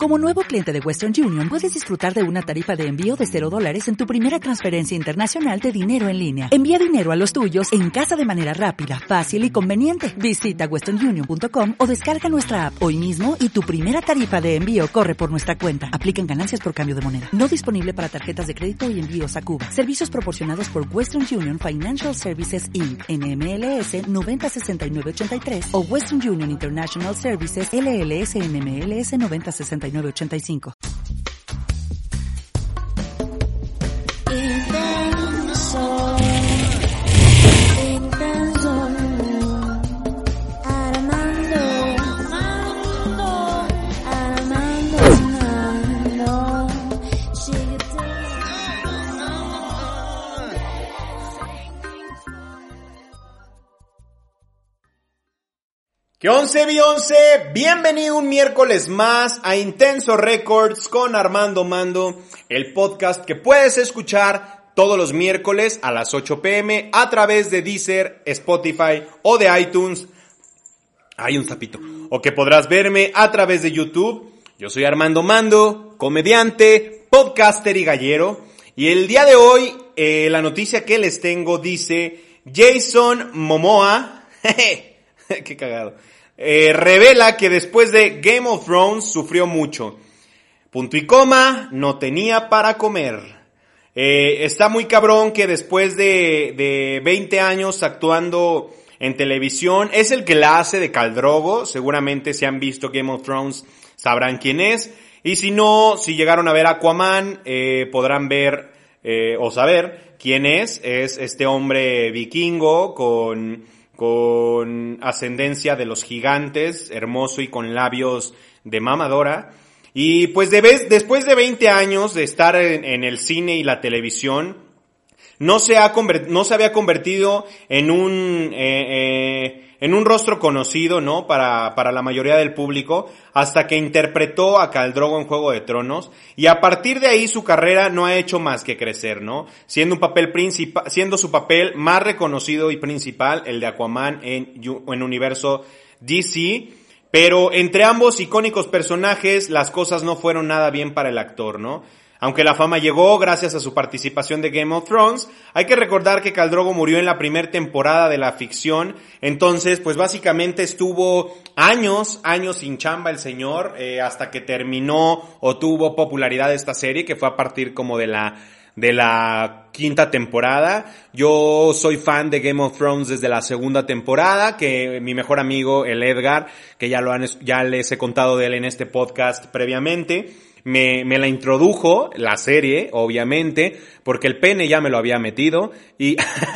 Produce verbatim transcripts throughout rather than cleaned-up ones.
Como nuevo cliente de Western Union, puedes disfrutar de una tarifa de envío de cero dólares en tu primera transferencia internacional de dinero en línea. Envía dinero a los tuyos en casa de manera rápida, fácil y conveniente. Visita western union punto com o descarga nuestra app hoy mismo y tu primera tarifa de envío corre por nuestra cuenta. Aplican ganancias por cambio de moneda. No disponible para tarjetas de crédito y envíos a Cuba. Servicios proporcionados por Western Union Financial Services incorporated. N M L S noventa sesenta y nueve ochenta y tres o Western Union International Services L L S N M L S noventa sesenta y nueve ochenta y cinco. Intenso, intenso, Armando, Armando, Armando, Armando, sigue ¿Qué once, Beyoncé? Bienvenido un miércoles más a Intenso Records con Armando Mando, el podcast que puedes escuchar todos los miércoles a las ocho pm a través de Deezer, Spotify o de iTunes. Hay un sapito. O que podrás verme a través de YouTube. Yo soy Armando Mando, comediante, podcaster y gallero. Y el día de hoy, eh, la noticia que les tengo dice: Jason Momoa, qué cagado, eh, revela que después de Game of Thrones sufrió mucho. Punto y coma, no tenía para comer. Eh, está muy cabrón que después de, de veinte años actuando en televisión, es el que la hace de Khal Drogo. Seguramente si han visto Game of Thrones sabrán quién es. Y si no, si llegaron a ver Aquaman, eh, podrán ver eh, o saber quién es. Es este hombre vikingo con... con ascendencia de los gigantes, hermoso y con labios de mamadora. Y pues de vez, después de veinte años de estar en, en el cine y la televisión, no se ha convert, no se había convertido en un eh, eh, en un rostro conocido, ¿no? Para para la mayoría del público, hasta que interpretó a Khal Drogo en Juego de Tronos, y a partir de ahí su carrera no ha hecho más que crecer, ¿no? Siendo un papel principal, siendo su papel más reconocido y principal el de Aquaman en en universo D C, pero entre ambos icónicos personajes las cosas no fueron nada bien para el actor, ¿no? Aunque la fama llegó gracias a su participación de Game of Thrones, hay que recordar que Khal Drogo murió en la primera temporada de la ficción. Entonces, pues básicamente estuvo años, años sin chamba el señor, eh, hasta que terminó o tuvo popularidad esta serie, que fue a partir como de la de la quinta temporada. Yo soy fan de Game of Thrones desde la segunda temporada, que mi mejor amigo, el Edgar, que ya lo han, ya les he contado de él en este podcast previamente, Me, me la introdujo, la serie, obviamente, porque el pene ya me lo había metido, y,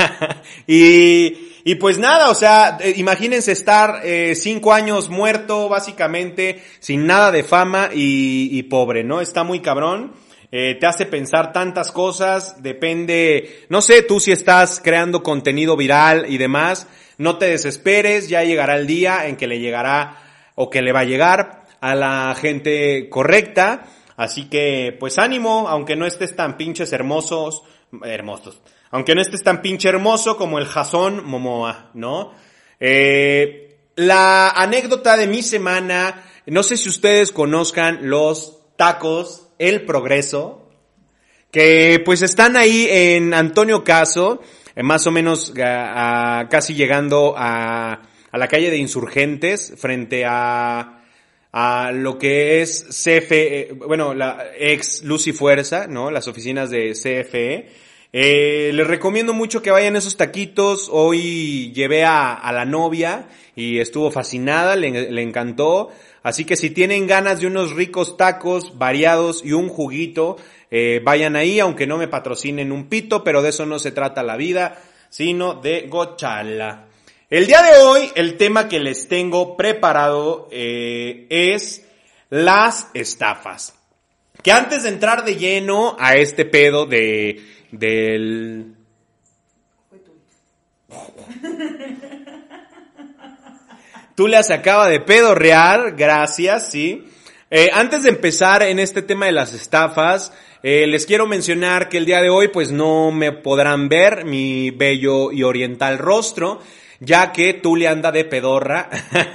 y, y pues nada, o sea, imagínense estar, eh, cinco años muerto, básicamente, sin nada de fama y, y pobre, ¿no? Está muy cabrón, eh, te hace pensar tantas cosas, depende, no sé, tú si estás creando contenido viral y demás, no te desesperes, ya llegará el día en que le llegará, o que le va a llegar a la gente correcta. Así que, pues ánimo, aunque no estés tan pinches hermosos, hermosos, aunque no estés tan pinche hermoso como el Jason Momoa, ¿no? Eh, la anécdota de mi semana, no sé si ustedes conozcan los tacos El Progreso, que pues están ahí en Antonio Caso, eh, más o menos a, a, casi llegando a, a la calle de Insurgentes, frente a... a lo que es C F E, bueno, la ex Luz y Fuerza, ¿no? Las oficinas de C F E. Eh, les recomiendo mucho que vayan a esos taquitos. Hoy llevé a, a la novia y estuvo fascinada, le, le encantó. Así que si tienen ganas de unos ricos tacos variados y un juguito, eh, vayan ahí, aunque no me patrocinen un pito, pero de eso no se trata la vida, sino de gochala. El día de hoy, el tema que les tengo preparado eh, es las estafas. Que antes de entrar de lleno a este pedo de del... Tú le has acaba de pedorrear, gracias, sí. Eh, antes de empezar en este tema de las estafas, eh, les quiero mencionar que el día de hoy pues no me podrán ver mi bello y oriental rostro. ya que Tule anda de pedorra.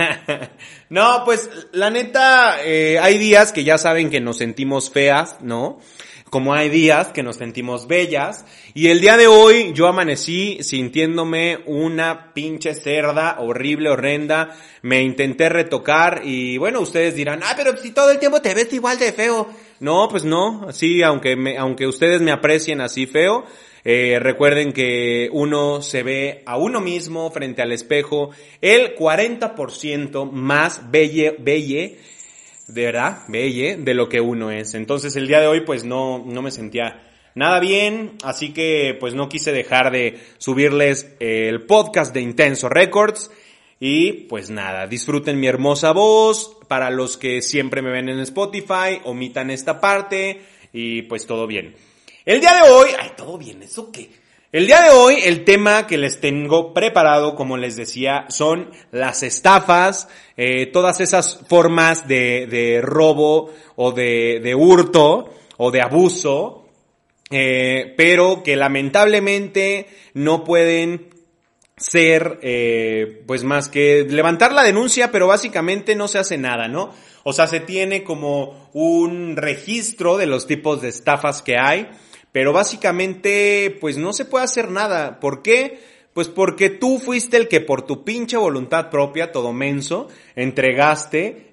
No, pues la neta, eh, hay días que ya saben que nos sentimos feas, ¿no? Como hay días que nos sentimos bellas. Y el día de hoy yo amanecí sintiéndome una pinche cerda horrible, horrenda. Me intenté retocar y bueno, ustedes dirán, ah, pero si todo el tiempo te ves igual de feo. No, pues no, sí, aunque me, aunque ustedes me aprecien así feo, eh, recuerden que uno se ve a uno mismo frente al espejo el cuarenta por ciento más belle, belle, de verdad, belle, de lo que uno es. Entonces el día de hoy pues no, no me sentía nada bien, así que pues no quise dejar de subirles el podcast de Intenso Records. Y pues nada, disfruten mi hermosa voz. Para los que siempre me ven en Spotify, omitan esta parte y pues todo bien. El día de hoy, ay, todo bien, ¿eso qué? El día de hoy, el tema que les tengo preparado, como les decía, son las estafas, eh, todas esas formas de, de robo o de, de hurto o de abuso, eh, pero que lamentablemente no pueden ser, eh, pues más que levantar la denuncia, pero básicamente no se hace nada, ¿no? O sea, se tiene como un registro de los tipos de estafas que hay, pero básicamente, pues no se puede hacer nada. ¿Por qué? Pues porque tú fuiste el que por tu pinche voluntad propia, todo menso, entregaste,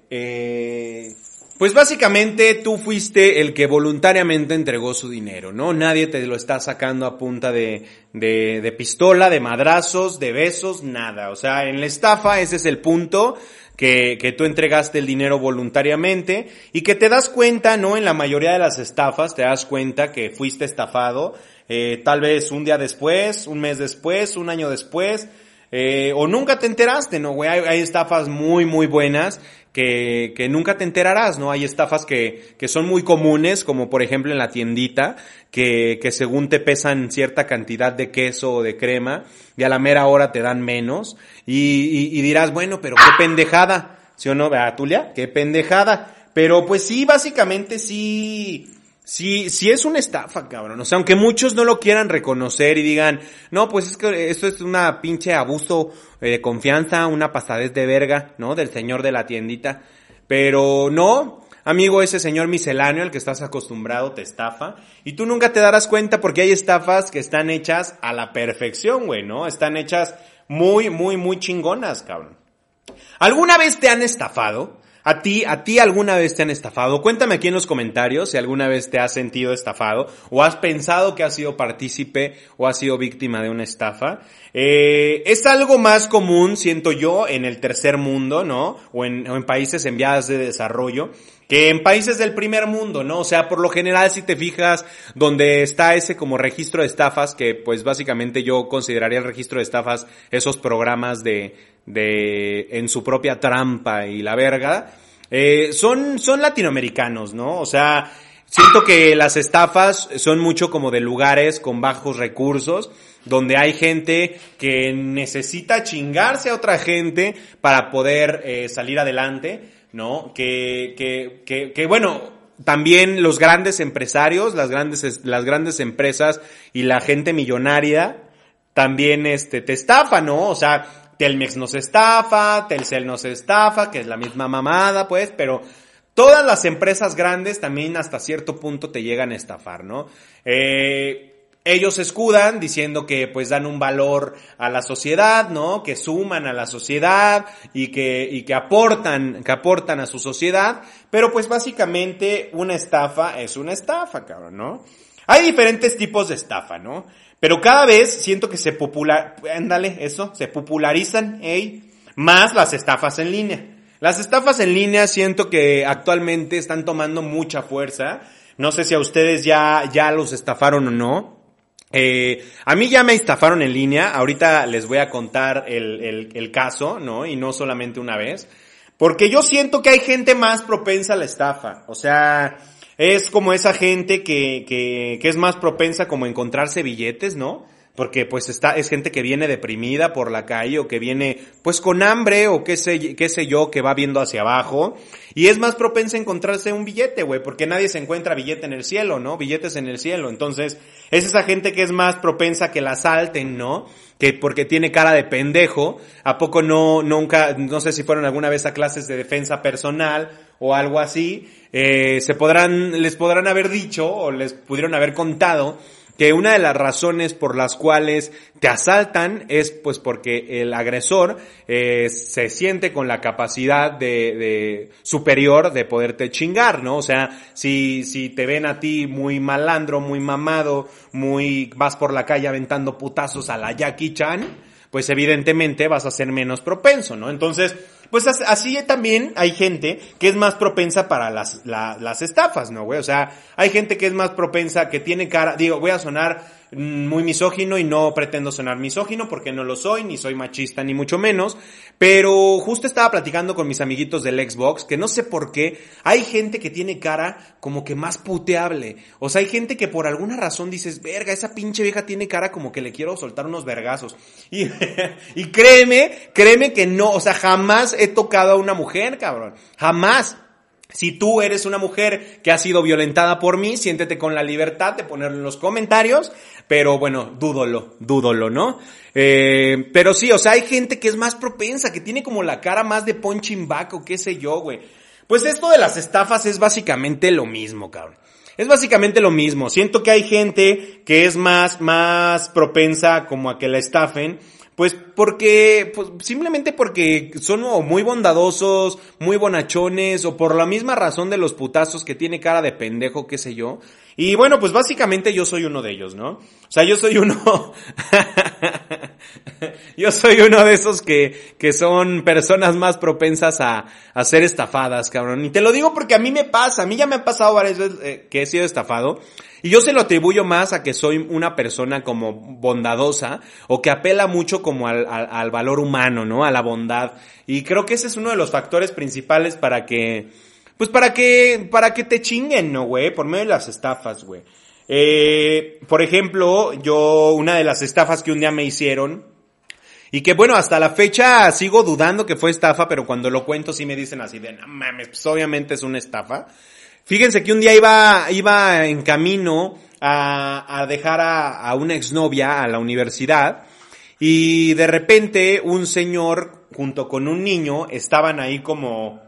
eh, pues básicamente tú fuiste el que voluntariamente entregó su dinero, ¿no? Nadie te lo está sacando a punta de, de, de pistola, de madrazos, de besos, nada. O sea, en la estafa ese es el punto, que, que tú entregaste el dinero voluntariamente y que te das cuenta, ¿no? En la mayoría de las estafas te das cuenta que fuiste estafado, eh, tal vez un día después, un mes después, un año después, eh, o nunca te enteraste, ¿no, güey? Hay, hay estafas muy, muy buenas que, que nunca te enterarás, ¿no? Hay estafas que, que son muy comunes, como por ejemplo en la tiendita, que, que según te pesan cierta cantidad de queso o de crema, y a la mera hora te dan menos, y, y, y dirás, bueno, pero qué pendejada, ¿sí o no? ¿Verdad, Tulia? Qué pendejada. Pero pues sí, básicamente sí, sí, sí es una estafa, cabrón. O sea, aunque muchos no lo quieran reconocer y digan, no, pues es que esto es una pinche abuso de confianza, una pasadez de verga, ¿no? Del señor de la tiendita. Pero no, amigo, ese señor misceláneo al que estás acostumbrado te estafa. Y tú nunca te darás cuenta porque hay estafas que están hechas a la perfección, güey, ¿no? Están hechas muy, muy, muy chingonas, cabrón. ¿Alguna vez te han estafado? ¿A ti, a ti alguna vez te han estafado? Cuéntame aquí en los comentarios si alguna vez te has sentido estafado o has pensado que has sido partícipe o has sido víctima de una estafa. Eh, es algo más común, siento yo, en el tercer mundo, ¿no? O en, o en países en vías de desarrollo, que en países del primer mundo, ¿no? O sea, por lo general, si te fijas, donde está ese como registro de estafas, que pues básicamente yo consideraría el registro de estafas esos programas de, de, en su propia trampa y la verga, eh, son, son latinoamericanos, ¿no? O sea, siento que las estafas son mucho como de lugares con bajos recursos, donde hay gente que necesita chingarse a otra gente para poder eh, salir adelante, ¿no? Que, que, que, que bueno, también los grandes empresarios, las grandes, las grandes empresas y la gente millonaria también este, te estafa, ¿no? O sea, Telmex nos estafa, Telcel nos estafa, que es la misma mamada, pues, pero todas las empresas grandes también hasta cierto punto te llegan a estafar, ¿no? Eh, ellos se escudan diciendo que pues dan un valor a la sociedad, ¿no? Que suman a la sociedad y que, y que aportan, que aportan a su sociedad, pero pues básicamente una estafa es una estafa, cabrón, ¿no? Hay diferentes tipos de estafa, ¿no? Pero cada vez siento que se popular, ándale, eso, se popularizan, ey, más las estafas en línea. Las estafas en línea siento que actualmente están tomando mucha fuerza. No sé si a ustedes ya, ya los estafaron o no. Eh, a mí ya me estafaron en línea. Ahorita les voy a contar el, el, el caso, ¿no? Y no solamente una vez. Porque yo siento que hay gente más propensa a la estafa. O sea, es como esa gente que, que, que es más propensa como a encontrarse billetes, ¿no? porque pues está, es gente que viene deprimida por la calle o que viene pues con hambre o qué sé, qué sé yo, que va viendo hacia abajo y es más propensa a encontrarse un billete, güey, porque nadie se encuentra billete en el cielo, ¿no? Billetes en el cielo, entonces es esa gente que es más propensa a que la asalten, ¿no? Que porque tiene cara de pendejo, ¿a poco no, nunca, no sé si fueron alguna vez a clases de defensa personal o algo así, eh, se podrán, les podrán haber dicho o les pudieron haber contado que una de las razones por las cuales te asaltan es pues porque el agresor eh, se siente con la capacidad de, de superior de poderte chingar, ¿no? O sea, si si te ven a ti muy malandro, muy mamado, muy vas por la calle aventando putazos a la Jackie Chan, pues evidentemente vas a ser menos propenso, ¿no? Entonces, pues así también hay gente que es más propensa para las, la, las estafas, ¿no, güey? O sea, hay gente que es más propensa, que tiene cara, digo, voy a sonar muy misógino y no pretendo sonar misógino porque no lo soy, ni soy machista ni mucho menos, pero justo estaba platicando con mis amiguitos del Xbox que no sé por qué hay gente que tiene cara como que más puteable, o sea, hay gente que por alguna razón dices, verga, esa pinche vieja tiene cara como que le quiero soltar unos vergazos, y, y créeme, créeme que no, o sea, jamás he tocado a una mujer, cabrón, jamás. Si tú eres una mujer que ha sido violentada por mí, siéntete con la libertad de ponerlo en los comentarios, pero bueno, dúdolo, dúdolo, ¿no? Eh, pero sí, o sea, hay gente que es más propensa, que tiene como la cara más de punching bag o qué sé yo, güey. Pues esto de las estafas es básicamente lo mismo, cabrón. Es básicamente lo mismo. Siento que hay gente que es más, más propensa como a que la estafen, pues porque, pues simplemente porque son o muy bondadosos, muy bonachones, o por la misma razón de los putazos que tiene cara de pendejo, qué sé yo. Y bueno, pues básicamente yo soy uno de ellos, ¿no? O sea, yo soy uno, yo soy uno de esos que, que son personas más propensas a, a ser estafadas, cabrón. Y te lo digo porque a mí me pasa, a mí ya me ha pasado varias veces eh, que he sido estafado. Y yo se lo atribuyo más a que soy una persona como bondadosa o que apela mucho como al, al, al valor humano, ¿no? A la bondad. Y creo que ese es uno de los factores principales para que, pues para que, para que te chinguen, ¿no, güey? Por medio de las estafas, güey. Eh, por ejemplo, yo, una de las estafas que un día me hicieron, y que bueno, hasta la fecha sigo dudando que fue estafa, pero cuando lo cuento sí me dicen así de, no mames, pues obviamente es una estafa. Fíjense que un día iba, iba en camino a, a dejar a, a una exnovia a la universidad y de repente un señor junto con un niño estaban ahí como,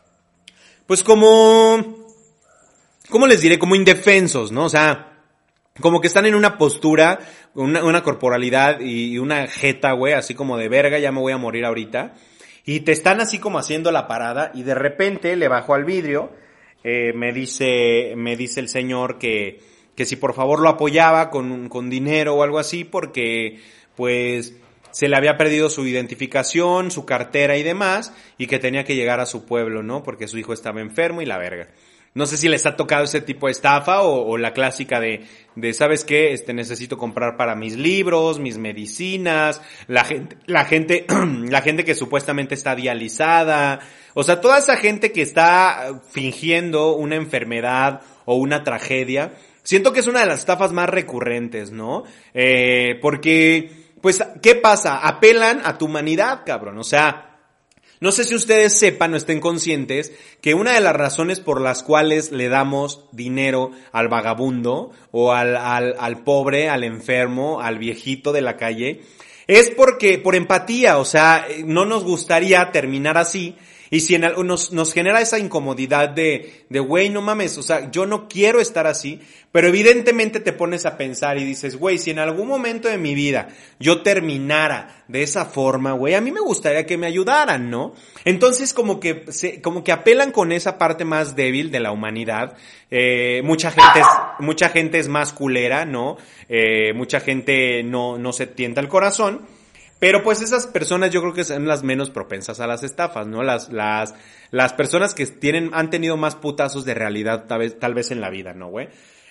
pues como, ¿cómo les diré? Como indefensos, ¿no? O sea, como que están en una postura, una, una corporalidad y una jeta, güey, así como de verga, ya me voy a morir ahorita. Y te están así como haciendo la parada y de repente le bajo al vidrio. Eh, me dice, me dice el señor que, que si por favor lo apoyaba con, con dinero o algo así porque, pues, se le había perdido su identificación, su cartera y demás, y que tenía que llegar a su pueblo, ¿no? Porque su hijo estaba enfermo y la verga. No sé si les ha tocado ese tipo de estafa o, o la clásica de, de, ¿sabes qué? Este, necesito comprar para mis libros, mis medicinas, la gente, la gente, la gente que supuestamente está dializada, o sea, toda esa gente que está fingiendo una enfermedad o una tragedia, siento que es una de las estafas más recurrentes, ¿no? Eh, porque, pues, ¿qué pasa? Apelan a tu humanidad, cabrón, o sea, no sé si ustedes sepan o estén conscientes que una de las razones por las cuales le damos dinero al vagabundo o al, al, al pobre, al enfermo, al viejito de la calle, es porque, por empatía, o sea, no nos gustaría terminar así. Y si en algo nos, nos genera esa incomodidad de, de güey, no mames, o sea, yo no quiero estar así, pero evidentemente te pones a pensar y dices, güey, si en algún momento de mi vida yo terminara de esa forma, güey, a mí me gustaría que me ayudaran, ¿no? Entonces como que, se, como que apelan con esa parte más débil de la humanidad, eh, mucha gente es, mucha gente es más culera, ¿no? Eh, mucha gente no, no se tienta el corazón. Pero pues esas personas yo creo que son las menos propensas a las estafas, ¿no? Las, las, las personas que tienen, han tenido más putazos de realidad tal vez, tal vez en la vida, ¿no, güey?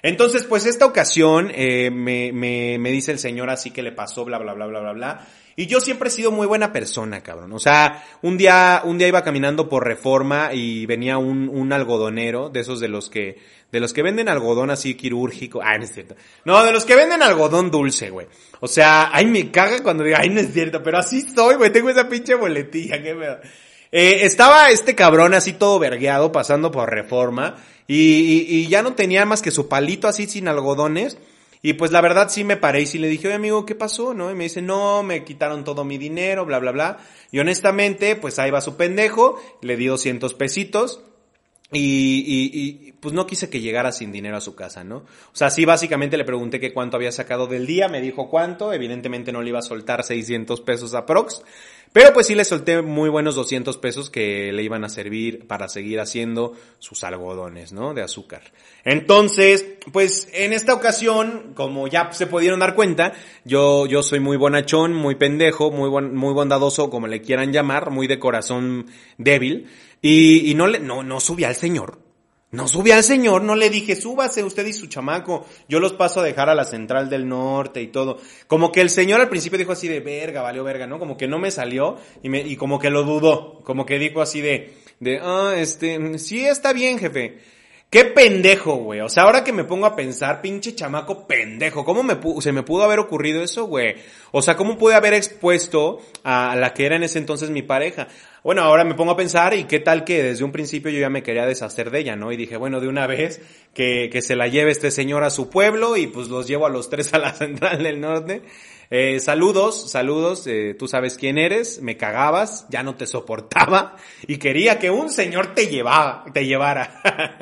Entonces, pues esta ocasión eh, me, me, me dice el señor así que le pasó, bla, bla, bla, bla, bla, bla. Y yo siempre he sido muy buena persona, cabrón. O sea, un día, un día iba caminando por Reforma y venía un, un algodonero, de esos de los que, de los que venden algodón así quirúrgico. Ay, no es cierto. No, de los que venden algodón dulce, güey. O sea, ay, me caga cuando digo, ay, no es cierto, pero así soy, güey. Tengo esa pinche boletilla, qué pedo. Eh, estaba este cabrón así todo vergueado pasando por Reforma y, y, y ya no tenía más que su palito así sin algodones. Y pues la verdad sí me paré y sí le dije, oye amigo, ¿qué pasó? ¿No? Y me dice, no, me quitaron todo mi dinero, bla, bla, bla. Y honestamente, pues ahí va su pendejo, le di doscientos pesitos y, y, y pues no quise que llegara sin dinero a su casa, ¿no? O sea, sí básicamente le pregunté que cuánto había sacado del día, me dijo cuánto, evidentemente no le iba a soltar seiscientos pesos aprox. Pero pues sí le solté muy buenos doscientos pesos que le iban a servir para seguir haciendo sus algodones, ¿no? De azúcar. Entonces, pues en esta ocasión, como ya se pudieron dar cuenta, yo yo soy muy bonachón, muy pendejo, muy bon, muy bondadoso, como le quieran llamar, muy de corazón débil, y, y no le no no subí al señor. No subí al señor, no le dije, súbase usted y su chamaco, yo los paso a dejar a la Central del Norte y todo. Como que el señor al principio dijo así de, verga, valió verga, ¿no? Como que no me salió y me y como que lo dudó, como que dijo así de, de, ah, este, sí está bien, jefe. Qué pendejo, güey. O sea, ahora que me pongo a pensar, pinche chamaco pendejo. ¿Cómo me pu- se me pudo haber ocurrido eso, güey? O sea, ¿cómo pude haber expuesto a la que era en ese entonces mi pareja? Bueno, ahora me pongo a pensar y qué tal que desde un principio yo ya me quería deshacer de ella, ¿no? Y dije, bueno, de una vez que, que se la lleve este señor a su pueblo y pues los llevo a los tres a la Central del Norte. Eh, saludos, saludos, eh, tú sabes quién eres, me cagabas, ya no te soportaba y quería que un señor te llevaba, te llevara.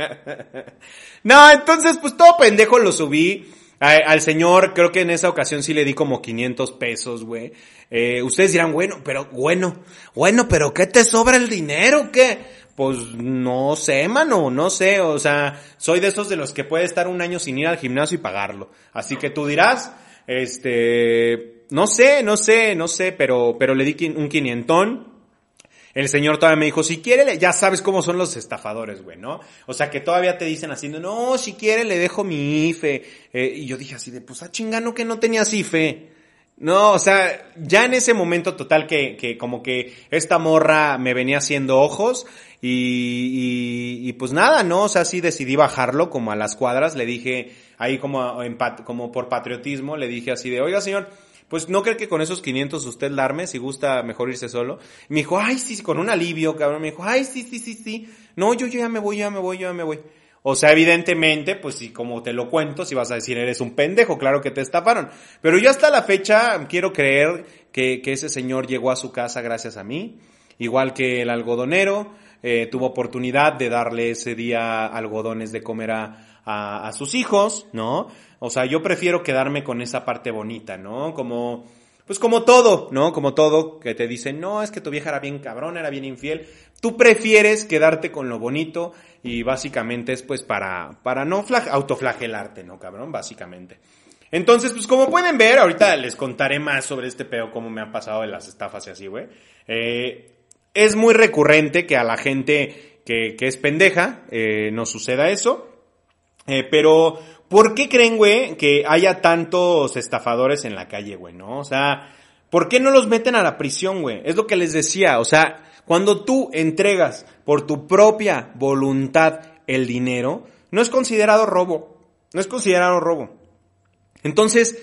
No, entonces pues todo pendejo lo subí. A, al señor creo que en esa ocasión sí le di como quinientos pesos, güey. Eh, ustedes dirán, bueno, pero, bueno, bueno, pero ¿qué te sobra el dinero? ¿Qué? Pues no sé, mano, no sé, o sea, soy de esos de los que puede estar un año sin ir al gimnasio y pagarlo. Así que tú dirás, este, no sé, no sé, no sé, pero, pero le di un quinientón. El señor todavía me dijo, si quiere, ya sabes cómo son los estafadores, güey, ¿no? O sea, que todavía te dicen así, no, si quiere le dejo mi I F E. Eh, y yo dije así de, pues, ah, chingano que no tenías I F E. No, o sea, ya en ese momento total que, que como que esta morra me venía haciendo ojos y, y, y pues nada, ¿no? O sea, sí decidí bajarlo como a las cuadras, le dije, ahí como, en, como por patriotismo, le dije así de, oiga señor, pues no cree que con esos quinientos usted la arme, si gusta mejor irse solo. Y me dijo, ay, sí, con un alivio, cabrón. Me dijo, ay, sí, sí, sí, sí. No, yo, yo ya me voy, ya me voy, ya me voy. O sea, evidentemente, pues si como te lo cuento, si vas a decir eres un pendejo, claro que te estafaron. Pero yo hasta la fecha quiero creer que, que ese señor llegó a su casa gracias a mí. Igual que el algodonero, eh, tuvo oportunidad de darle ese día algodones de comer a, a, a sus hijos, ¿no? O sea, yo prefiero quedarme con esa parte bonita, ¿no? Como, pues como todo, ¿no? Como todo, que te dicen, no, es que tu vieja era bien cabrona, era bien infiel. Tú prefieres quedarte con lo bonito y básicamente es pues para, para no flag- autoflagelarte, ¿no, cabrón? Básicamente. Entonces, pues como pueden ver, ahorita les contaré más sobre este pedo, cómo me han pasado de las estafas y así, güey. Eh, es muy recurrente que a la gente que, que es pendeja, eh, no suceda eso. Eh, pero, ¿por qué creen, güey, que haya tantos estafadores en la calle, güey, no? O sea, ¿por qué no los meten a la prisión, güey? Es lo que les decía, o sea, cuando tú entregas por tu propia voluntad el dinero, no es considerado robo, no es considerado robo. Entonces,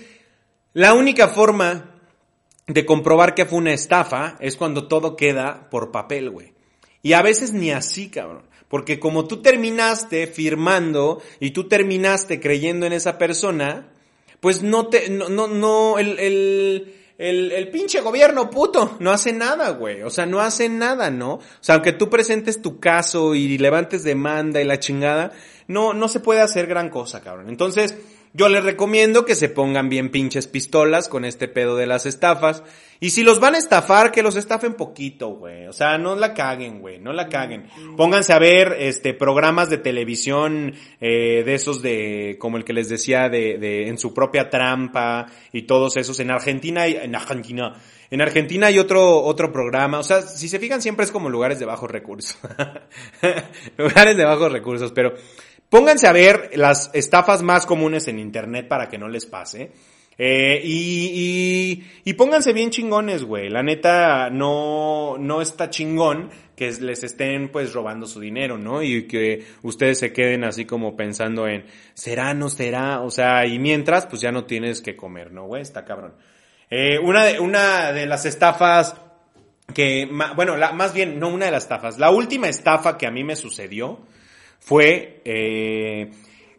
la única forma de comprobar que fue una estafa es cuando todo queda por papel, güey. Y a veces ni así, cabrón. Porque como tú terminaste firmando y tú terminaste creyendo en esa persona, pues no te, no, no, no, el, el, el, el pinche gobierno puto no hace nada, güey. O sea, no hace nada, ¿no? O sea, aunque tú presentes tu caso y levantes demanda y la chingada, no, no se puede hacer gran cosa, cabrón. Entonces, yo les recomiendo que se pongan bien pinches pistolas con este pedo de las estafas. Y si los van a estafar, que los estafen poquito, güey. O sea, no la caguen, güey, no la caguen. Pónganse a ver, este, programas de televisión, eh, de esos de, como el que les decía, de, de, en su propia trampa y todos esos. En Argentina, hay, en Argentina, en Argentina hay otro, otro programa. O sea, si se fijan, siempre es como lugares de bajos recursos. Lugares de bajos recursos, pero, pónganse a ver las estafas más comunes en internet para que no les pase. Eh, y, y, y pónganse bien chingones, güey. La neta, no, no está chingón que les estén, pues, robando su dinero, ¿no? Y que ustedes se queden así como pensando en, ¿será, no será? O sea, y mientras, pues ya no tienes que comer, ¿no, güey? Está cabrón. Eh, una de, una de las estafas que, bueno, la, más bien, no una de las estafas. La última estafa que a mí me sucedió fue, eh,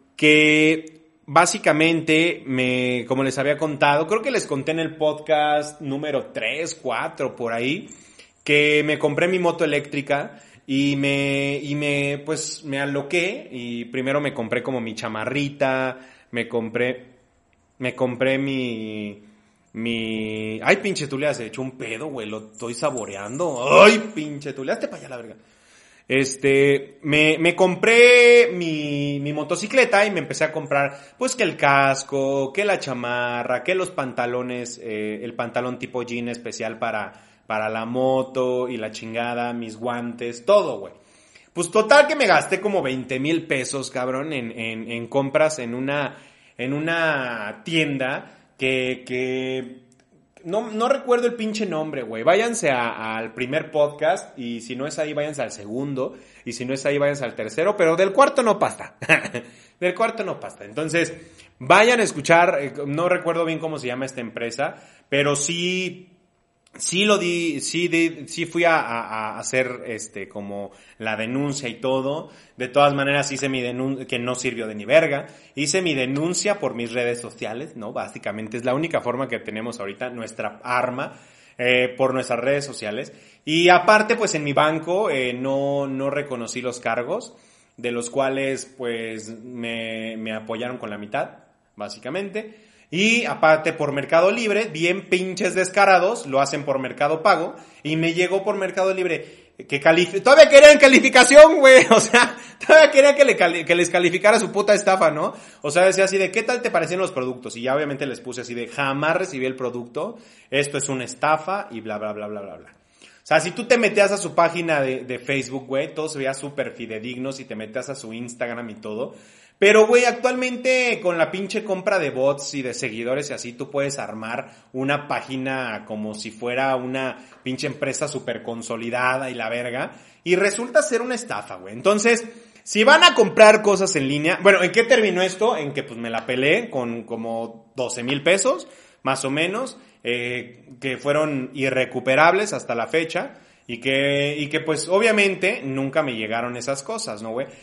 que básicamente, me, como les había contado, creo que les conté en el podcast número tres, cuatro, por ahí, que me compré mi moto eléctrica y me, y me, pues, me aloqué y primero me compré como mi chamarrita, me compré, me compré mi, mi, ay, pinche Tulia, se echó un pedo, güey, lo estoy saboreando, ay, pinche Tulia, hazte para allá la verga. Este, me, me compré mi, mi motocicleta y me empecé a comprar, pues, que el casco, que la chamarra, que los pantalones, eh, el pantalón tipo jean especial para, para la moto y la chingada, mis guantes, todo, güey. Pues total que me gasté como veinte mil pesos, cabrón, en, en, en compras en una, en una tienda que, que, No, no recuerdo el pinche nombre, güey. Váyanse a, al primer podcast y si no es ahí, váyanse al segundo. Y si no es ahí, váyanse al tercero. Pero del cuarto no pasa. Del cuarto no pasa. Entonces, vayan a escuchar. Eh, no recuerdo bien cómo se llama esta empresa. Pero sí, sí lo di, sí, di, sí fui a, a, a hacer este como la denuncia y todo. De todas maneras hice mi denuncia, que no sirvió de ni verga. Hice mi denuncia por mis redes sociales, ¿no? Básicamente es la única forma que tenemos ahorita, nuestra arma, eh, por nuestras redes sociales. Y aparte, pues en mi banco, eh, no, no reconocí los cargos, de los cuales, pues, me, me apoyaron con la mitad, básicamente. Y aparte por Mercado Libre, bien pinches descarados, lo hacen por Mercado Pago, y me llegó por Mercado Libre que califi- todavía querían calificación, güey, o sea, todavía querían que, le cali- que les calificara su puta estafa, ¿no? O sea, decía así de, ¿qué tal te parecían los productos? Y ya obviamente les puse así de, jamás recibí el producto, esto es una estafa, y bla, bla, bla, bla, bla, bla. O sea, si tú te metías a su página de, de Facebook, güey, todo se veía súper fidedigno, si te metías a su Instagram y todo. Pero, güey, actualmente con la pinche compra de bots y de seguidores y así, tú puedes armar una página como si fuera una pinche empresa súper consolidada y la verga. Y resulta ser una estafa, güey. Entonces, si van a comprar cosas en línea... Bueno, ¿en qué terminó esto? En que pues me la pelé con como doce mil pesos, más o menos, eh, que fueron irrecuperables hasta la fecha. Y que, y que pues obviamente nunca me llegaron esas cosas, ¿no, güey?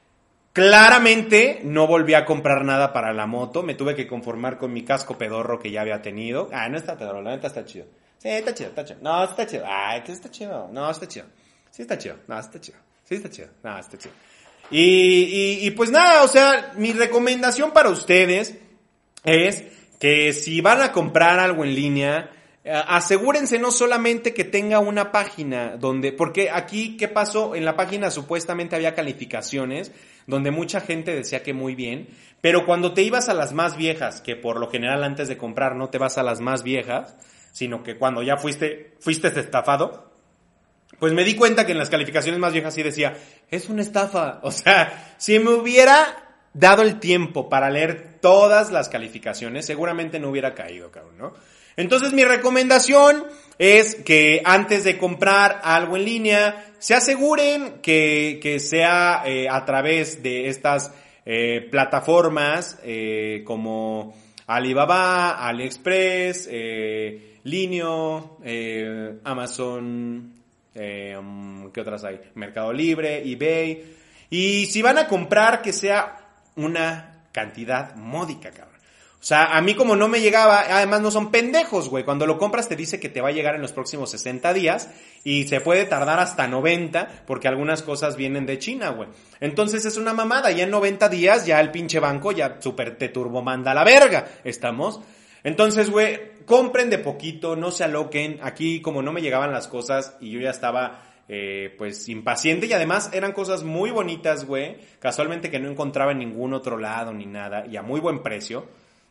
Claramente no volví a comprar nada para la moto, me tuve que conformar con mi casco pedorro que ya había tenido. Ah, no está pedorro, la neta está chido. Sí, está chido, está chido. No, está chido. Ay, que está chido. No, está chido. Sí está chido. No, está chido. Sí está chido. No, está chido. Y, y, y pues nada, o sea, mi recomendación para ustedes es que si van a comprar algo en línea, asegúrense no solamente que tenga una página donde, porque aquí, ¿qué pasó? En la página supuestamente había calificaciones donde mucha gente decía que muy bien, pero cuando te ibas a las más viejas, que por lo general antes de comprar no te vas a las más viejas, sino que cuando ya fuiste, fuiste estafado, pues me di cuenta que en las calificaciones más viejas sí decía, es una estafa. O sea, si me hubiera dado el tiempo para leer todas las calificaciones, seguramente no hubiera caído, cabrón, ¿no? Entonces mi recomendación es que antes de comprar algo en línea, se aseguren que, que sea eh, a través de estas eh, plataformas eh, como Alibaba, AliExpress, eh, Linio, eh, Amazon, eh, ¿qué otras hay? Mercado Libre, eBay. Y si van a comprar, que sea una cantidad módica, cabrón. O sea, a mí como no me llegaba, además no son pendejos, güey. Cuando lo compras te dice que te va a llegar en los próximos sesenta días y se puede tardar hasta noventa porque algunas cosas vienen de China, güey. Entonces es una mamada. Ya en noventa días ya el pinche banco ya súper te turbomanda a la verga. ¿Estamos? Entonces, güey, compren de poquito, no se aloquen. Aquí como no me llegaban las cosas y yo ya estaba... Eh, pues impaciente y además eran cosas muy bonitas, güey. Casualmente que no encontraba en ningún otro lado ni nada y a muy buen precio.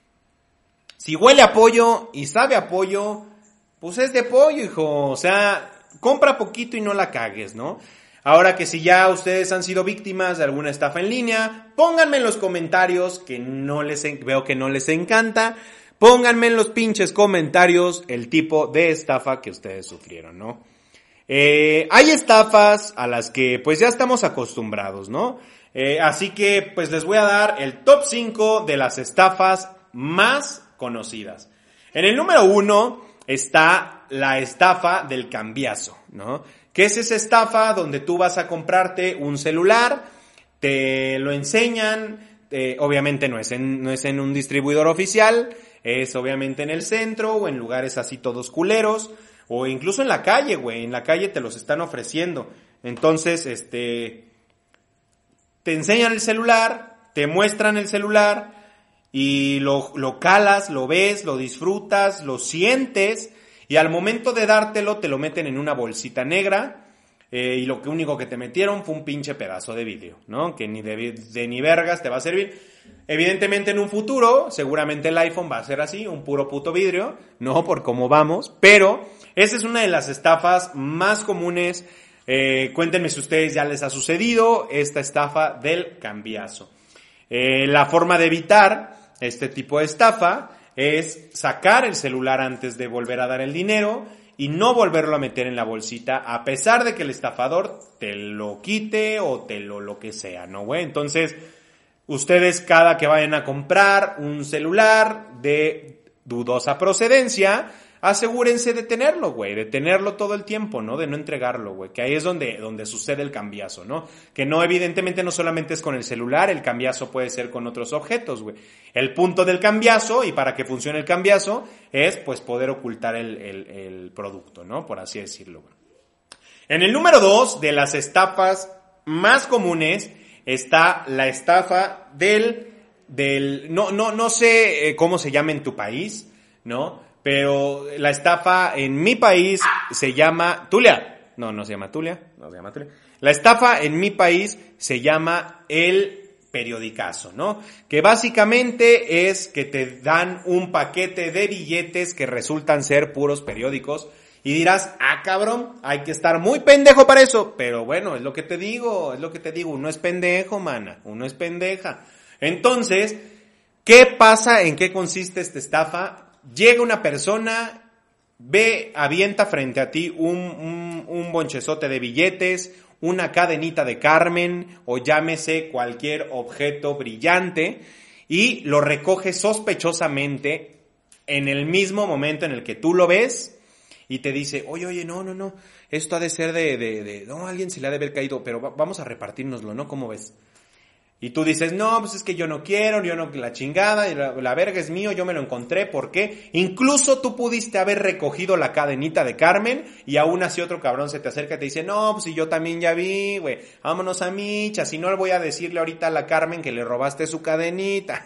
Si huele a pollo y sabe a pollo, pues es de pollo, hijo. O sea, compra poquito y no la cagues, ¿no? Ahora que si ya ustedes han sido víctimas de alguna estafa en línea, pónganme en los comentarios, que no les en- veo que no les encanta, pónganme en los pinches comentarios el tipo de estafa que ustedes sufrieron, ¿no? Eh, hay estafas a las que pues ya estamos acostumbrados, ¿no? Eh, así que pues les voy a dar el top cinco de las estafas más conocidas. En el número uno está la estafa del cambiazo, ¿no? ¿Qué es esa estafa donde tú vas a comprarte un celular, te lo enseñan, eh, obviamente no es en, no es en un distribuidor oficial, es obviamente en el centro o en lugares así todos culeros, o incluso en la calle, güey, en la calle te los están ofreciendo. Entonces, este, te enseñan el celular, te muestran el celular y lo, lo calas, lo ves, lo disfrutas, lo sientes. Y al momento de dártelo, te lo meten en una bolsita negra, eh, y lo que único que te metieron fue un pinche pedazo de vidrio, ¿no? Que ni de, de ni vergas te va a servir. Evidentemente en un futuro, seguramente el iPhone va a ser así, un puro puto vidrio, no por cómo vamos, pero esa es una de las estafas más comunes. Eh, cuéntenme si a ustedes ya les ha sucedido esta estafa del cambiazo. Eh, la forma de evitar este tipo de estafa es sacar el celular antes de volver a dar el dinero y no volverlo a meter en la bolsita a pesar de que el estafador te lo quite o te lo lo que sea, ¿no, güey? Entonces, ustedes cada que vayan a comprar un celular de dudosa procedencia, asegúrense de tenerlo, güey, de tenerlo todo el tiempo, ¿no? De no entregarlo, güey, que ahí es donde, donde sucede el cambiazo, ¿no? Que no, evidentemente no solamente es con el celular, el cambiazo puede ser con otros objetos, güey. El punto del cambiazo, y para que funcione el cambiazo, es, pues, poder ocultar el, el, el producto, ¿no? Por así decirlo, güey. En el número dos de las estafas más comunes está la estafa del, del, no, no, no sé cómo se llama en tu país, ¿no? Pero la estafa en mi país se llama Tulia. No, no se llama Tulia. No se llama Tulia. La estafa en mi país se llama el periodicazo, ¿no? Que básicamente es que te dan un paquete de billetes que resultan ser puros periódicos. Y dirás, ah, cabrón, hay que estar muy pendejo para eso. Pero bueno, es lo que te digo, es lo que te digo. Uno es pendejo, mana. Uno es pendeja. Entonces, ¿qué pasa? ¿En qué consiste esta estafa? Llega una persona, ve, avienta frente a ti un, un, un bonchezote de billetes, una cadenita de Carmen, o llámese cualquier objeto brillante, y lo recoge sospechosamente en el mismo momento en el que tú lo ves, y te dice, oye, oye, no, no, no, esto ha de ser de, de, de, no, alguien se le ha de haber caído, pero va, vamos a repartirnoslo, ¿no? ¿Cómo ves? Y tú dices, no, pues es que yo no quiero, yo no, la chingada, y la, la verga es mío, yo me lo encontré, ¿por qué? Incluso tú pudiste haber recogido la cadenita de Carmen, y aún así otro cabrón se te acerca y te dice, no, pues si yo también ya vi, güey, vámonos a Micha, si no le voy a decirle ahorita a la Carmen que le robaste su cadenita.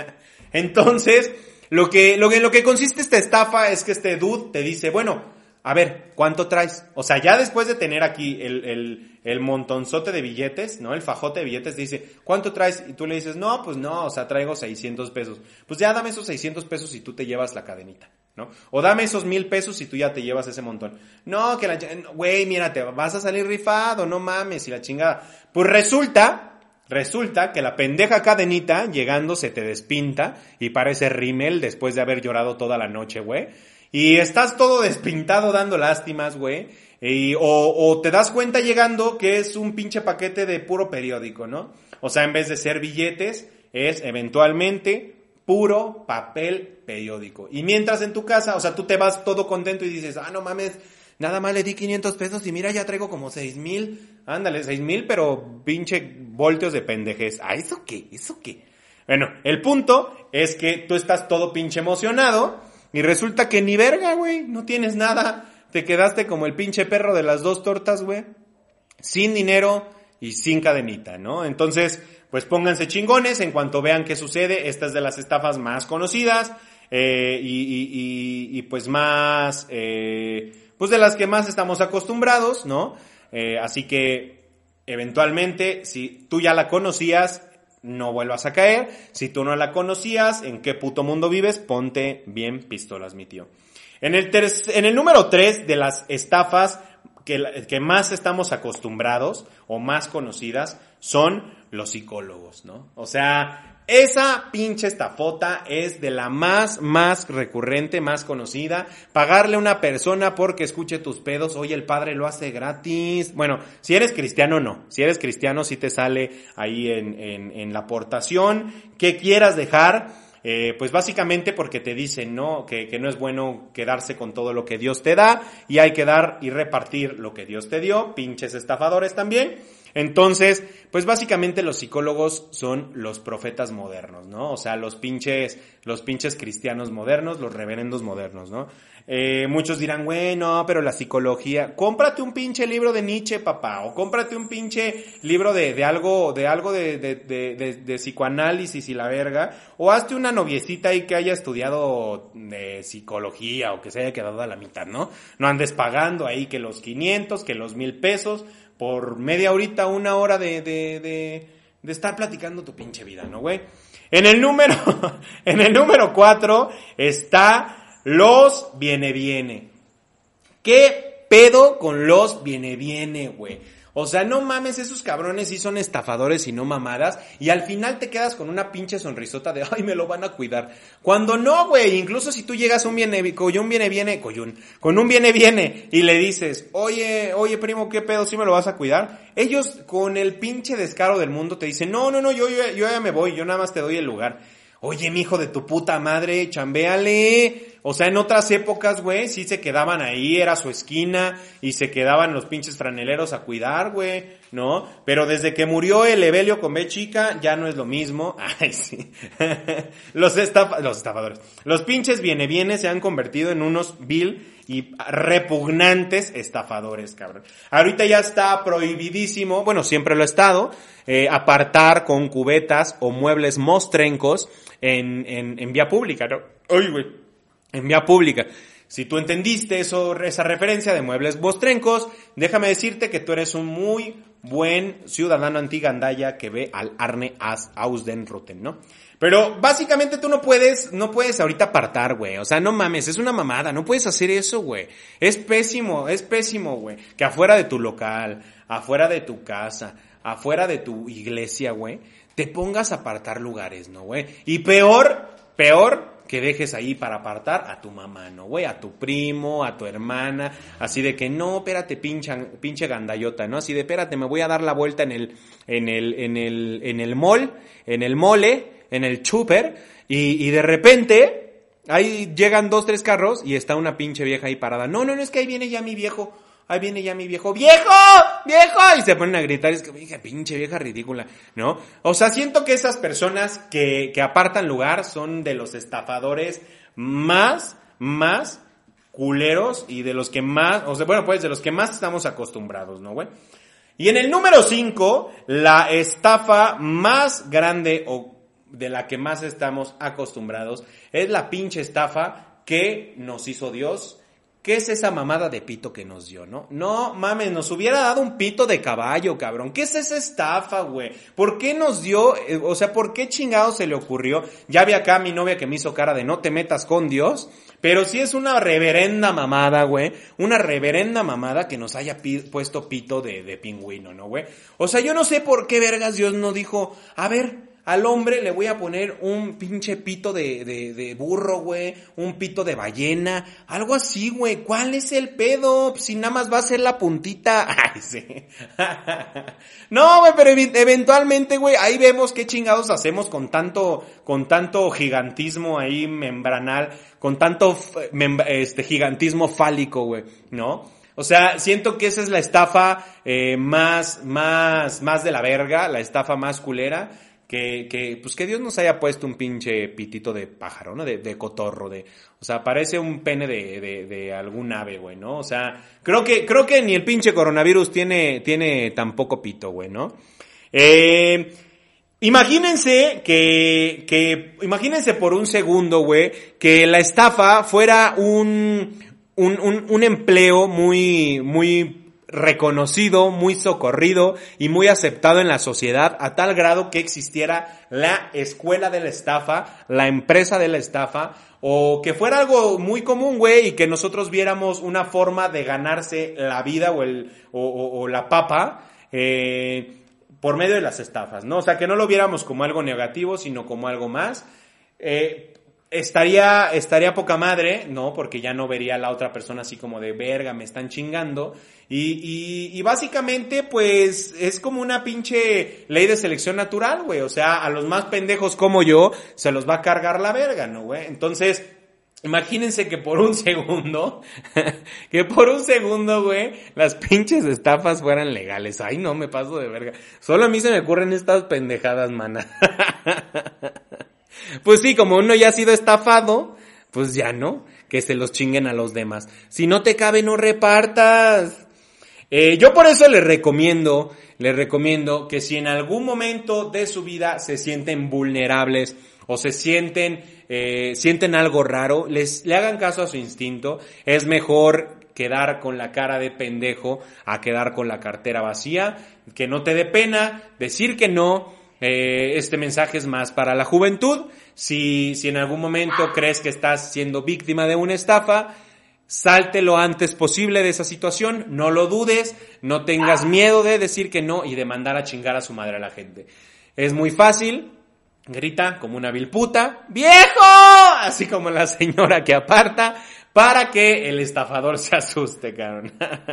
Entonces, lo que, lo que, en lo que consiste esta estafa es que este dude te dice, bueno, a ver, ¿cuánto traes? O sea, ya después de tener aquí el, el, el montonzote de billetes, ¿no? El fajote de billetes, te dice, ¿cuánto traes? Y tú le dices, no, pues no, o sea, traigo seiscientos pesos. Pues ya dame esos seiscientos pesos y tú te llevas la cadenita, ¿no? O dame esos mil pesos y tú ya te llevas ese montón. No, que la, güey, mira, te vas a salir rifado, no mames, y la chingada. Pues resulta, resulta que la pendeja cadenita, llegando, se te despinta y parece rímel después de haber llorado toda la noche, güey. Y estás todo despintado dando lástimas, güey. Y, o, o te das cuenta llegando que es un pinche paquete de puro periódico, ¿no? O sea, en vez de ser billetes, es eventualmente puro papel periódico. Y mientras en tu casa, o sea, tú te vas todo contento y dices, ah, no mames, nada más le di quinientos pesos y mira, ya traigo como seis mil. Ándale, seis mil, pero pinche voltios de pendejez. Ah, ¿eso qué? ¿Eso qué? Bueno, el punto es que tú estás todo pinche emocionado. Y resulta que ni verga, güey, no tienes nada, te quedaste como el pinche perro de las dos tortas, güey, sin dinero y sin cadenita, ¿no? Entonces, pues pónganse chingones en cuanto vean qué sucede. Esta es de las estafas más conocidas, eh, y, y, y, y pues más, eh, pues de las que más estamos acostumbrados, ¿no? Eh, así que, eventualmente, si tú ya la conocías, no vuelvas a caer. Si tú no la conocías, ¿en qué puto mundo vives? Ponte bien pistolas, mi tío. En el, ter- en el número tres de las estafas que, que más estamos acostumbrados o más conocidas son los psicólogos, ¿no? O sea, esa pinche estafota es de la más, más recurrente, más conocida. Pagarle a una persona porque escuche tus pedos, oye, el padre lo hace gratis. Bueno, si eres cristiano, no. Si eres cristiano, sí te sale ahí en, en, en la aportación que quieras dejar. Eh, pues básicamente porque te dicen, ¿no? Que, que no es bueno quedarse con todo lo que Dios te da y hay que dar y repartir lo que Dios te dio, pinches estafadores también. Entonces, pues básicamente los psicólogos son los profetas modernos, ¿no? O sea, los pinches, los pinches cristianos modernos, los reverendos modernos, ¿no? Eh, muchos dirán, bueno, pero la psicología, cómprate un pinche libro de Nietzsche, papá, o cómprate un pinche libro de, de algo, de algo de, de, de, de, de psicoanálisis y la verga, o hazte una noviecita ahí que haya estudiado de psicología o que se haya quedado a la mitad, ¿no? No andes pagando ahí que los quinientos, que los mil pesos, por media horita, una hora de, de, de, de estar platicando tu pinche vida, ¿no, güey? En el número, en el número cuatro está los viene viene. ¿Qué pedo con los viene viene, güey? O sea, no mames, esos cabrones sí son estafadores y no mamadas, y al final te quedas con una pinche sonrisota de, ay, me lo van a cuidar. Cuando no, güey, incluso si tú llegas a un viene, con un viene viene, coyún, con un viene viene, y le dices, oye, oye, primo, ¿qué pedo? ¿Sí me lo vas a cuidar? Ellos, con el pinche descaro del mundo, te dicen, no, no, no, yo, yo, yo ya me voy, yo nada más te doy el lugar. Oye, mi hijo de tu puta madre, chambéale. O sea, en otras épocas, güey, sí se quedaban ahí, era su esquina, y se quedaban los pinches franeleros a cuidar, güey, ¿no? Pero desde que murió el Evelio con B chica, ya no es lo mismo. Ay, sí. Los estafa, los estafadores. Los pinches viene viene se han convertido en unos vil y repugnantes estafadores, cabrón. Ahorita ya está prohibidísimo, bueno, siempre lo ha estado, eh, apartar con cubetas o muebles mostrencos en, en, en vía pública, ¿no? Ay, güey. En vía pública. Si tú entendiste eso, esa referencia de muebles mostrencos, déjame decirte que tú eres un muy buen ciudadano antigandaya que ve al Arne as aus den Roten, ¿no? Pero básicamente tú no puedes, no puedes ahorita apartar, güey. O sea, no mames, es una mamada, no puedes hacer eso, güey. Es pésimo, es pésimo, güey. Que afuera de tu local, afuera de tu casa, afuera de tu iglesia, güey, te pongas a apartar lugares, ¿no, güey? Y peor, peor, que dejes ahí para apartar a tu mamá, ¿no, güey? A tu primo, a tu hermana, así de que, no, espérate, pinche, pinche gandayota, ¿no? Así de, espérate, me voy a dar la vuelta en el, en el, en el, en el mall, en el mole, en el chuper, y, y de repente, ahí llegan dos, tres carros, y está una pinche vieja ahí parada. No, no, no, es que ahí viene ya mi viejo. Ahí viene ya mi viejo, ¡viejo! ¡Viejo! Y se ponen a gritar, es que, hija, pinche vieja ridícula, ¿no? O sea, siento que esas personas que, que apartan lugar son de los estafadores más, más culeros y de los que más, o sea, bueno, pues de los que más estamos acostumbrados, ¿no, güey? Y en el número cinco, la estafa más grande o de la que más estamos acostumbrados es la pinche estafa que nos hizo Dios. ¿Qué es esa mamada de pito que nos dio, no? No, mames, nos hubiera dado un pito de caballo, cabrón. ¿Qué es esa estafa, güey? ¿Por qué nos dio, eh, o sea, por qué chingado se le ocurrió? Ya vi acá a mi novia que me hizo cara de no te metas con Dios, pero sí es una reverenda mamada, güey. Una reverenda mamada que nos haya pi- puesto pito de, de pingüino, ¿no, güey? O sea, yo no sé por qué vergas Dios no dijo, a ver, al hombre le voy a poner un pinche pito de, de, de burro, güey, un pito de ballena, algo así, güey. ¿Cuál es el pedo? Si nada más va a ser la puntita. Ay, sí. No, güey, pero eventualmente, güey, ahí vemos qué chingados hacemos con tanto, con tanto gigantismo ahí membranal, con tanto mem- este gigantismo fálico, güey, ¿no? O sea, siento que esa es la estafa eh, más, más, más de la verga, la estafa más culera. Que, que, pues que Dios nos haya puesto un pinche pitito de pájaro, ¿no? De, de cotorro, de, o sea, parece un pene de, de, de algún ave, güey, ¿no? O sea, creo que, creo que ni el pinche coronavirus tiene, tiene tan poco pito, güey, ¿no? Eh, imagínense que, que, imagínense por un segundo, güey, que la estafa fuera un, un, un, un empleo muy, muy, reconocido, muy socorrido y muy aceptado en la sociedad, a tal grado que existiera la escuela de la estafa, la empresa de la estafa, o que fuera algo muy común, güey, y que nosotros viéramos una forma de ganarse la vida o el o, o, o la papa eh, por medio de las estafas, ¿no? O sea, que no lo viéramos como algo negativo, sino como algo más. Eh, estaría estaría poca madre, ¿no? Porque ya no vería a la otra persona así como de verga, me están chingando. Y, y, y básicamente, pues, es como una pinche ley de selección natural, güey. O sea, a los más pendejos como yo, se los va a cargar la verga, ¿no, güey? Entonces, imagínense que por un segundo, que por un segundo, güey, las pinches estafas fueran legales. Ay, no, me paso de verga. Solo a mí se me ocurren estas pendejadas, mana. Pues sí, como uno ya ha sido estafado, pues ya no, que se los chinguen a los demás. Si no te cabe, no repartas. Eh, yo por eso les recomiendo, les recomiendo que si en algún momento de su vida se sienten vulnerables o se sienten, eh, sienten algo raro, les, le hagan caso a su instinto. Es mejor quedar con la cara de pendejo a quedar con la cartera vacía. Que no te dé pena decir que no. Eh, este mensaje es más para la juventud. Si, si en algún momento crees que estás siendo víctima de una estafa, salte lo antes posible de esa situación, no lo dudes, no tengas miedo de decir que no y de mandar a chingar a su madre a la gente. Es muy fácil, grita como una vil puta, ¡viejo! Así como la señora que aparta, para que el estafador se asuste, cabrón.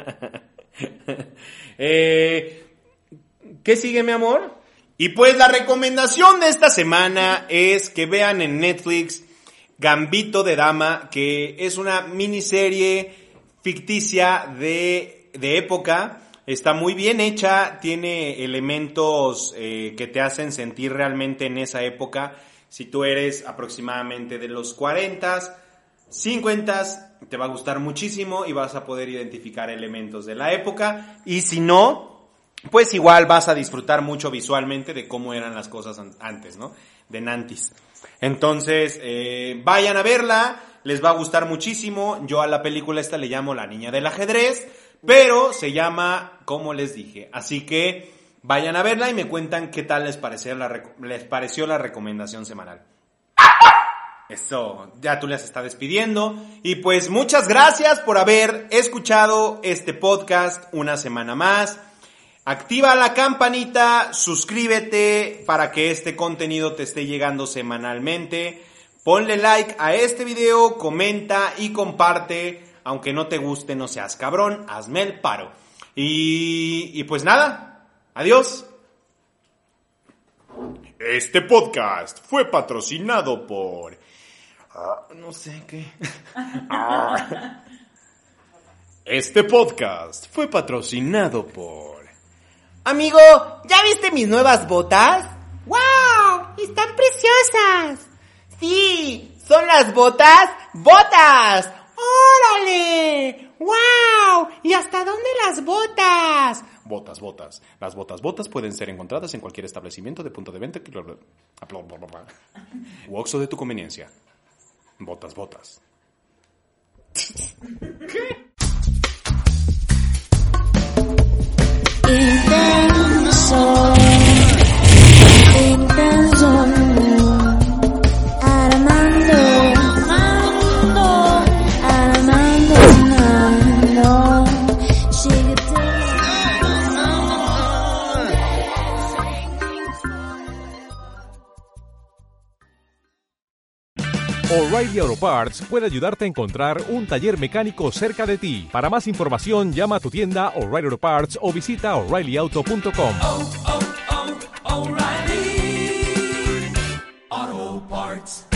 eh, ¿Qué sigue, mi amor? Y pues la recomendación de esta semana es que vean en Netflix Gambito de Dama, que es una miniserie ficticia de, de época. Está muy bien hecha, tiene elementos eh, que te hacen sentir realmente en esa época. Si tú eres aproximadamente de los cuarentas, cincuentas, te va a gustar muchísimo y vas a poder identificar elementos de la época. Y si no, pues igual vas a disfrutar mucho visualmente de cómo eran las cosas antes, ¿no? De Nantis. Entonces, eh, vayan a verla, les va a gustar muchísimo. Yo a la película esta le llamo La Niña del Ajedrez, pero se llama como les dije. Así que vayan a verla y me cuentan qué tal les pareció la, les pareció la recomendación semanal. Eso, ya tú les está despidiendo. Y pues muchas gracias por haber escuchado este podcast una semana más. Activa la campanita, suscríbete para que este contenido te esté llegando semanalmente. Ponle like a este video, comenta y comparte. Aunque no te guste, no seas cabrón, hazme el paro. Y, y pues nada, adiós. Este podcast fue patrocinado por... Uh, no sé qué... uh. Este podcast fue patrocinado por... Amigo, ¿ya viste mis nuevas botas? ¡Wow! ¡Están preciosas! Sí, son las botas, botas. ¡Órale! ¡Wow! ¿Y hasta dónde las botas? Botas, botas. Las botas, botas pueden ser encontradas en cualquier establecimiento de punto de venta u Oxxo de tu conveniencia. Botas, botas. ¿Qué? Intenso, intenso, Armando, Armando, Armando, Armando, O'Reilly Auto Parts puede ayudarte a encontrar un taller mecánico cerca de ti. Para más información, llama a tu tienda O'Reilly Auto Parts o visita O'Reilly Auto punto com. Oh, oh, oh, O'Reilly Auto Parts.